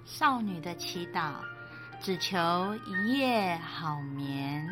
少女的祈祷，只求一夜好眠。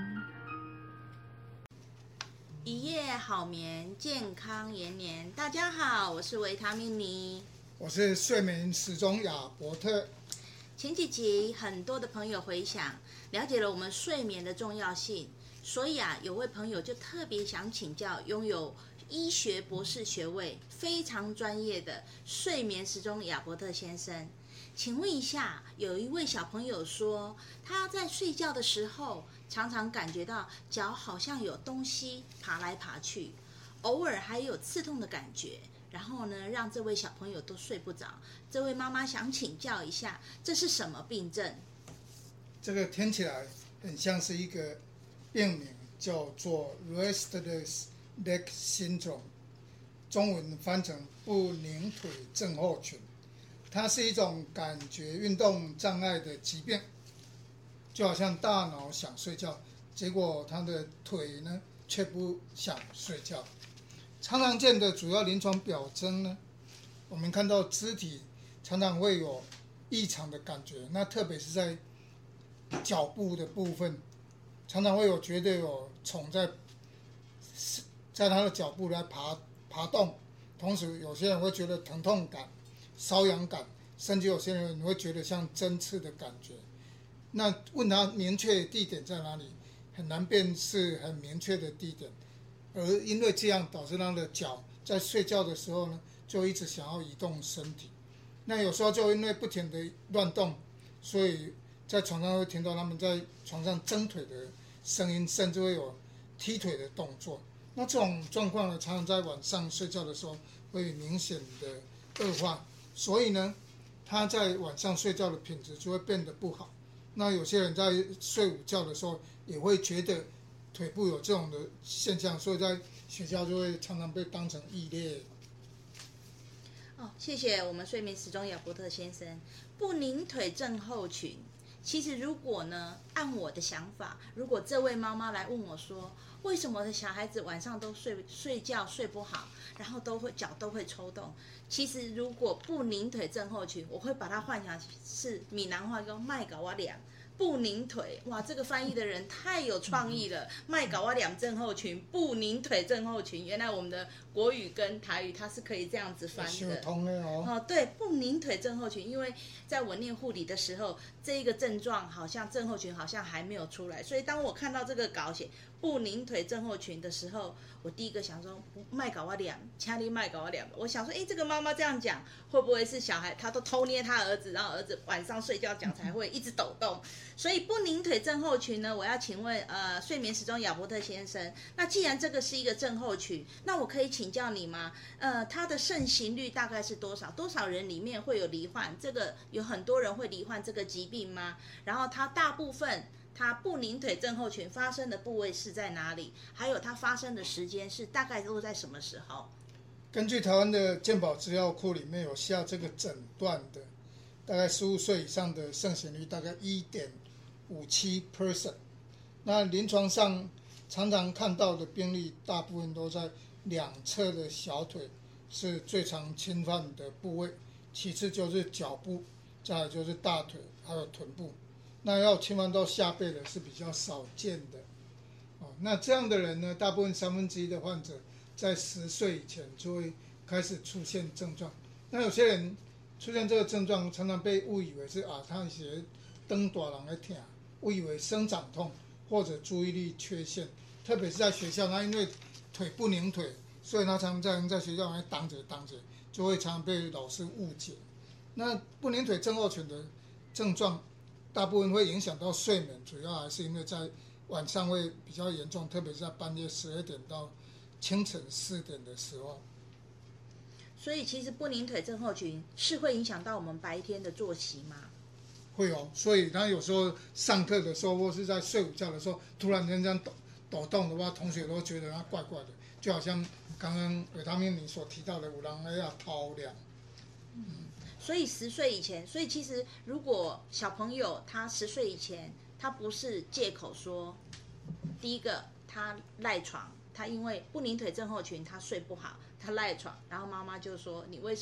一夜好眠，健康延年。大家好，我是维他命妮， 我是睡眠时钟亚伯特。 前几集很多的朋友回想，了解了我们睡眠的重要性，所以有位朋友就特别想请教拥有医学博士学位、非常专业的睡眠时钟亚伯特先生。请问一下，有一位小朋友说，他在睡觉的时候常常感觉到脚好像有东西爬来爬去，偶尔还有刺痛的感觉，然后呢，让这位小朋友都睡不着。这位妈妈想请教一下，这是什么病症？ 这个听起来很像是一个病名，叫做 Restless Leg Syndrome， 中文翻成不宁腿症候群。它是一种感觉运动障碍的疾病，就好像大脑想睡觉，结果他的腿呢却不想睡觉。常常见的主要临床表征呢，我们看到肢体常常会有异常的感觉，那特别是在脚部的部分，常常会有觉得有虫在他的脚部来爬动，同时有些人会觉得疼痛感、瘙痒感，甚至有些人会觉得像针刺的感觉。那问他明确地点在哪里，很难辨识很明确的地点，而因为这样导致他的脚在睡觉的时候呢，就一直想要移动身体。那有时候就因为不停的乱动，所以在床上会听到他们在床上蹬腿的声音，甚至会有踢腿的动作。那这种状况呢，常常在晚上睡觉的时候会明显的恶化，所以呢，他在晚上睡觉的品质就会变得不好。那有些人在睡午觉的时候也会觉得腿部有这种的现象，所以在学校就会常常被当成异类。 谢谢我们睡眠时钟亚伯特先生。不宁腿症候群，其实如果呢，按我的想法，如果这位妈妈来问我说，为什么我的小孩子晚上都睡觉睡不好，然后脚都会抽动，其实如果不宁腿症候群，我会把它幻想是闽南话叫麦搞我俩不宁腿。哇，这个翻译的人太有创意了，麦搞我俩症候群，不宁腿症候群，原来我们的国语跟台语它是可以这样子翻的。 通的哦。 对，不宁腿症候群，因为在我念护理的时候，这一个症状好像症候群好像还没有出来，所以当我看到这个稿写不宁腿症候群的时候，我第一个想说，麦搞我俩，请你麦搞我俩。我想说，这个妈妈这样讲，会不会是小孩他都偷捏他儿子，然后儿子晚上睡觉脚才会一直抖动？所以不宁腿症候群呢，我要请问睡眠时钟亚伯特先生，那既然这个是一个症候群，那我可以请教你吗？它的盛行率大概是多少？多少人里面会有罹患这个？有很多人会罹患这个疾病吗？然后它大部分它不宁腿症候群发生的部位是在哪里？还有它发生的时间是大概都在什么时候？ 根据台湾的健保资料库里面有下这个诊断的，大概15岁以上的盛行率大概1.57%。那临床上常常看到的病例，大部分都在两侧的小腿是最常侵犯的部位，其次就是脚部，再来就是大腿还有臀部。那要侵犯到下背的是比较少见的。那这样的人呢，大部分1/3的患者在10岁以前就会开始出现症状。那有些人出现这个症状，常常被误以为是他是长大人在痛，误以为生长痛或者注意力缺陷，特别是在学校，他因为腿不宁腿，所以他常常在学校里面挡着，就会常常被老师误解。那不宁腿症候群的症状大部分会影响到睡眠，主要还是因为在晚上会比较严重，特别是在半夜12点到清晨4点的时候。 所以其实不宁腿症候群是会影响到我们白天的作息吗？ 会哦，所以他有时候上课的时候或是在睡午觉的时候，突然间这样抖动的话，同学都觉得他怪怪的，就好像刚刚维他命你所提到的有人要偷凉。 所以10岁以前，所以其实如果小朋友他10岁以前，他不是借口说，第一个他赖床，他因为不宁腿症候群他睡不好，他赖床，然后妈妈就说你为什么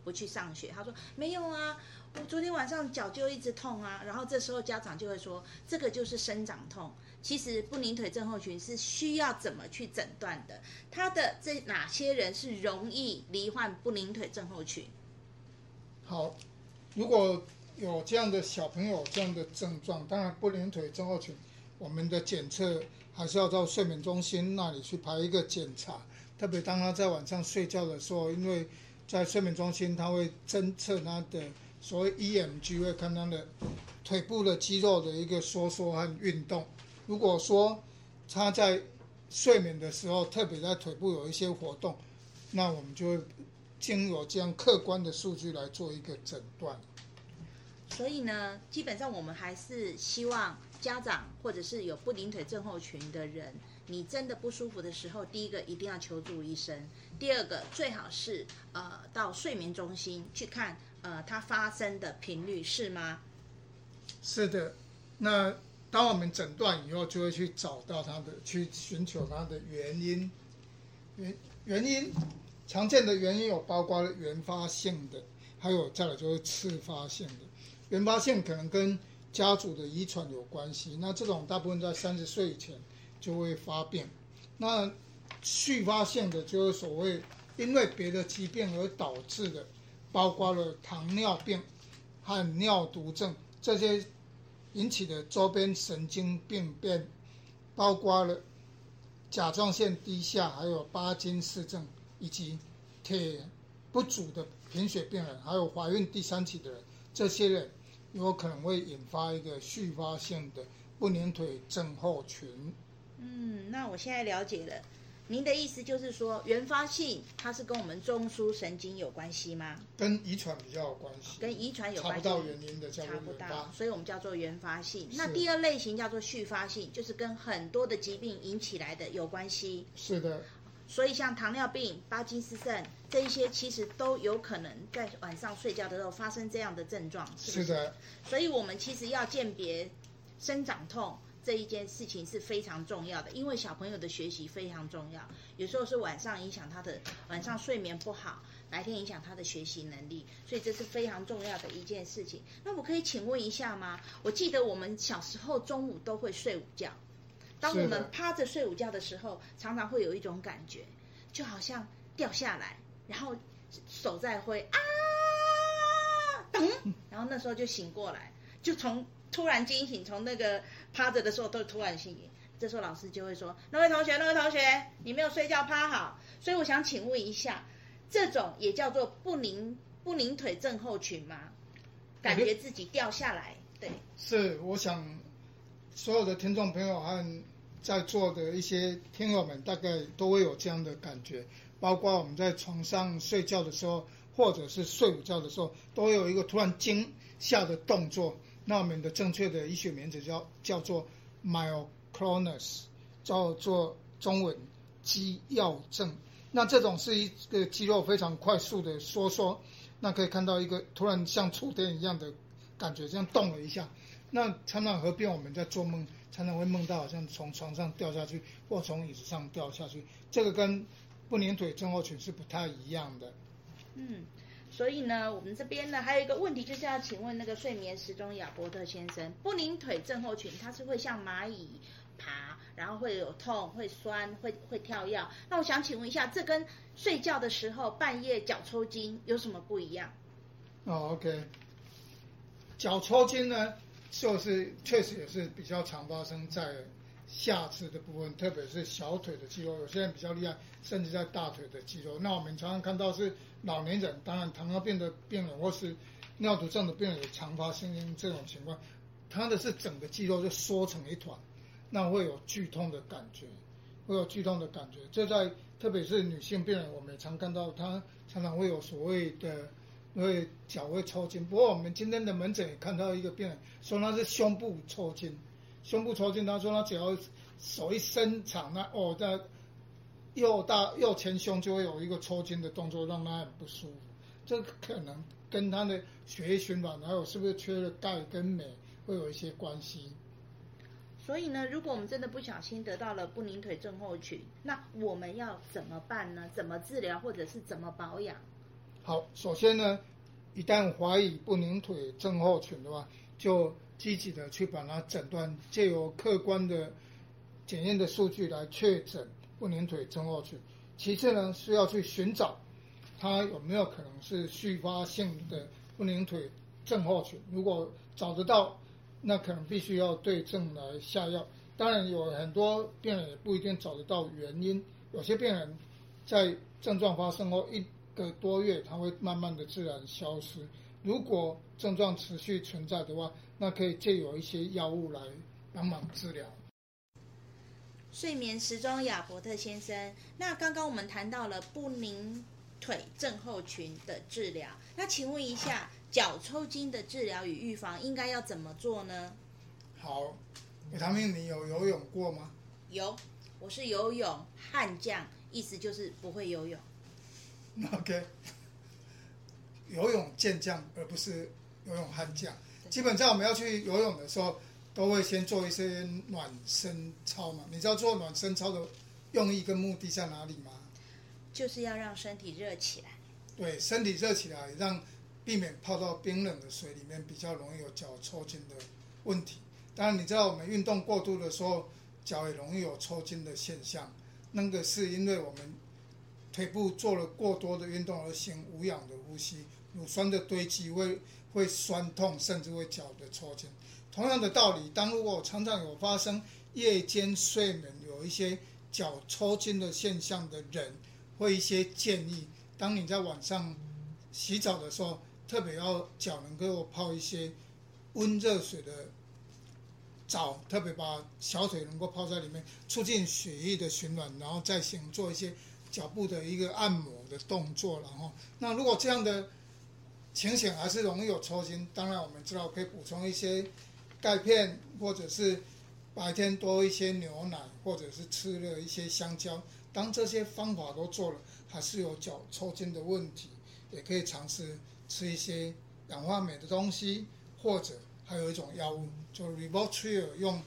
不去上学。他说没有啊，我昨天晚上脚就一直痛啊。然后这时候家长就会说，这个就是生长痛。其实不宁腿症候群是需要怎么去诊断的？他的这哪些人是容易罹患不宁腿症候群？ 好，如果有这样的小朋友这样的症状，当然不宁腿症候群，我们的检测还是要到睡眠中心那里去排一个检查。特别当他在晚上睡觉的时候，因为在睡眠中心他会侦测他的所谓 EMG， 会看他的腿部的肌肉的一个收缩和运动。如果说他在睡眠的时候，特别在腿部有一些活动，那我们就会经由这样客观的数据来做一个诊断。 所以呢，基本上我们还是希望家长或者是有不宁腿症候群的人，你真的不舒服的时候，第一个一定要求助医生，第二个最好是到睡眠中心去看它发生的频率，是吗？ 是的，那当我们诊断以后，就会去找到它的，去寻求它的原因。原因常见的原因有包括原发性的，还有再来就是次发性的。原发性可能跟家族的遗传有关系，那这种大部分在30岁以前就会发病。那续发性的就是所谓因为别的疾病而导致的，包括了糖尿病和尿毒症这些引起的周边神经病变，包括了甲状腺低下，还有巴金氏症，以及铁不足的贫血病人，还有怀孕第3期的人，这些人有可能会引发一个续发性的不宁腿症候群。 那我现在了解了。您的意思就是说，原发性它是跟我们中枢神经有关系吗？ 跟遗传比较有关系， 跟遗传有关系， 查不到原因的叫做原发， 所以我们叫做原发性。那第二类型叫做续发性，就是跟很多的疾病引起来的有关系。 是的， 所以像糖尿病、巴金斯症这一些，其实都有可能在晚上睡觉的时候发生这样的症状，是不是？ 是的。 所以我们其实要鉴别生长痛这一件事情是非常重要的，因为小朋友的学习非常重要，有时候是晚上影响他的晚上睡眠不好，白天影响他的学习能力，所以这是非常重要的一件事情。那我可以请问一下吗？我记得我们小时候中午都会睡午觉，当我们趴着睡午觉的时候，常常会有一种感觉，就好像掉下来，然后手在挥啊，然后那时候就醒过来，就突然惊醒，从那个趴着的时候都突然醒。这时候老师就会说：“那位同学，你没有睡觉趴好。”所以我想请问一下，这种也叫做不宁腿症候群吗？感觉自己掉下来，对。 是，我想所有的听众朋友和在座的一些听友们，大概都会有这样的感觉，包括我们在床上睡觉的时候，或者是睡午觉的时候，都会有一个突然惊吓的动作。那我们的正确的医学名字叫做 myoclonus， 叫做中文肌药症。那这种是一个肌肉非常快速的收缩，那可以看到一个突然像触电一样的感觉，这样动了一下。那常常合并我们在做梦，常常会梦到好像从床上掉下去，或从椅子上掉下去。这个跟不宁腿症候群是不太一样的。 所以呢，我们这边呢还有一个问题，就是要请问那个睡眠时钟亚伯特先生，不宁腿症候群它是会像蚂蚁爬，然后会有痛、会酸、会跳跃。那我想请问一下，这跟睡觉的时候半夜脚抽筋有什么不一样 ？OK， 脚抽筋呢，就是确实也是比较常发生在下肢的部分，特别是小腿的肌肉，有些人比较厉害，甚至在大腿的肌肉。那我们常常看到是老年人，当然糖尿病的病人或是尿毒症的病人也常发生这种情况，他的是整个肌肉就缩成一团，那会有剧痛的感觉，这在特别是女性病人，我们也常看到她常常会有所谓的因为脚会抽筋。不过我们今天的门诊也看到一个病人说他是胸部抽筋，他说他只要手一伸长，那右前胸就会有一个抽筋的动作，让他很不舒服。这可能跟他的血液循环，还有是不是缺了钙跟镁会有一些关系。 所以呢，如果我们真的不小心得到了不宁腿症候群，那我们要怎么办呢？怎么治疗，或者是怎么保养？ 好，首先呢，一旦怀疑不宁腿症候群的话，就积极的去把它诊断，借由客观的检验的数据来确诊不宁腿症候群。其次呢，是要去寻找它有没有可能是续发性的不宁腿症候群。如果找得到，那可能必须要对症来下药。当然，有很多病人也不一定找得到原因，有些病人在症状发生后1个多月，它会慢慢的自然消失。如果症状持续存在的话，那可以借由一些药物来帮忙治疗。 睡眠时钟亚伯特先生，那刚刚我们谈到了不宁腿症候群的治疗，那请问一下，脚抽筋的治疗与预防应该要怎么做呢？ 好，维他命，你有游泳过吗？ 有，我是游泳悍将，意思就是不会游泳。 OK， 游泳健将而不是游泳悍将。基本上我们要去游泳的时候，都会先做一些暖身操嘛。你知道做暖身操的用意跟目的在哪里吗？ 就是要让身体热起来。 对，身体热起来，让避免泡到冰冷的水里面，比较容易有脚抽筋的问题。当然，你知道我们运动过度的时候，脚也容易有抽筋的现象。那个是因为我们腿部做了过多的运动而行无氧的呼吸，乳酸的堆积会酸痛，甚至会脚的抽筋。同样的道理，如果常常有发生夜间睡眠有一些脚抽筋的现象的人，会一些建议，当你在晚上洗澡的时候，特别要脚能够泡一些温热水的澡，特别把小腿能够泡在里面，促进血液的循环，然后再做一些脚部的一个按摩的动作。然后，那如果这样的情形还是容易有抽筋，当然我们知道可以补充一些钙片，或者是白天多一些牛奶，或者是吃了一些香蕉。当这些方法都做了，还是有脚抽筋的问题，也可以尝试吃一些氧化镁的东西，或者还有一种药物，就 Rivotril， 用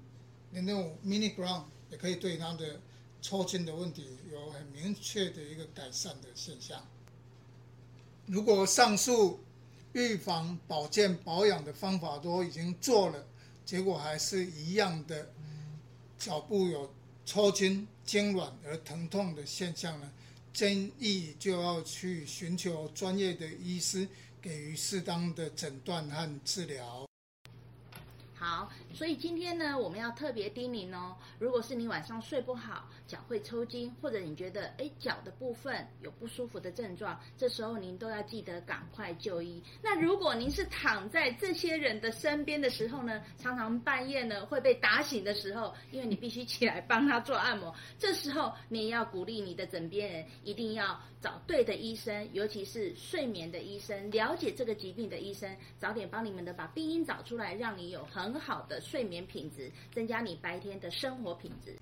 0.5 mg 也可以对它的抽筋的问题有很明确的一个改善的现象。如果上述预防、保健、保养的方法都已经做了，结果还是一样的，脚部有抽筋、痉挛而疼痛的现象呢，建议就要去寻求专业的医师给予适当的诊断和治疗。 好，所以今天呢，我们要特别叮咛哦，如果是你晚上睡不好，脚会抽筋，或者你觉得脚的部分有不舒服的症状，这时候您都要记得赶快就医。那如果您是躺在这些人的身边的时候呢，常常半夜呢会被打醒的时候，因为你必须起来帮他做按摩，这时候你也要鼓励你的枕边人一定要找对的医生，尤其是睡眠的医生，了解这个疾病的医生，早点帮你们的把病因找出来，让你有很好的睡眠品质，增加你白天的生活品质。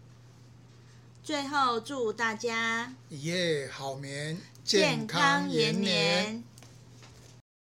最后祝大家一夜好眠， 健康延年。